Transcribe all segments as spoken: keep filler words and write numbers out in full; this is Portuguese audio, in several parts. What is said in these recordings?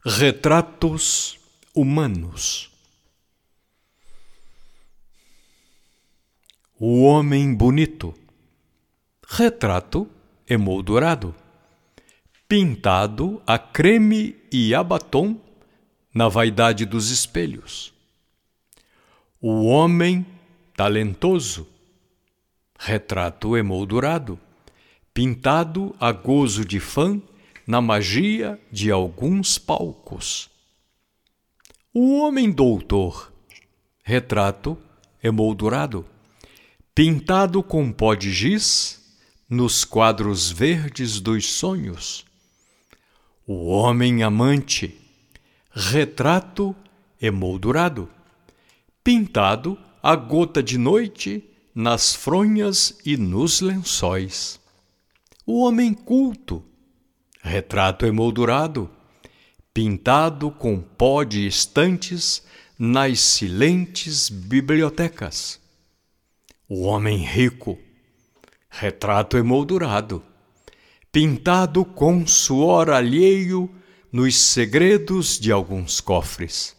Retratos humanos. O homem bonito. Retrato emoldurado, pintado a creme e a batom na vaidade dos espelhos. O homem talentoso. Retrato emoldurado, pintado a gozo de fã na magia de alguns palcos. O homem doutor. Retrato emoldurado, pintado com pó de giz nos quadros verdes dos sonhos. O homem amante. Retrato emoldurado, pintado a gota de noite nas fronhas e nos lençóis. O homem culto. Retrato emoldurado, pintado com pó de estantes nas silentes bibliotecas. O homem rico. Retrato emoldurado, pintado com suor alheio nos segredos de alguns cofres.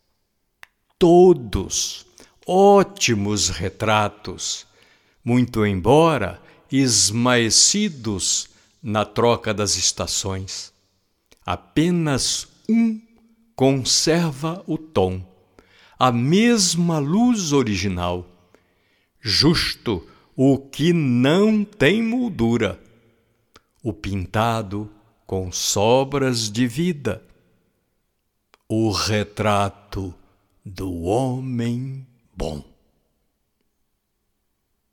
Todos ótimos retratos, muito embora esmaecidos na troca das estações. Apenas um conserva o tom, a mesma luz original, justo o que não tem moldura, o pintado com sobras de vida, o retrato do homem bom.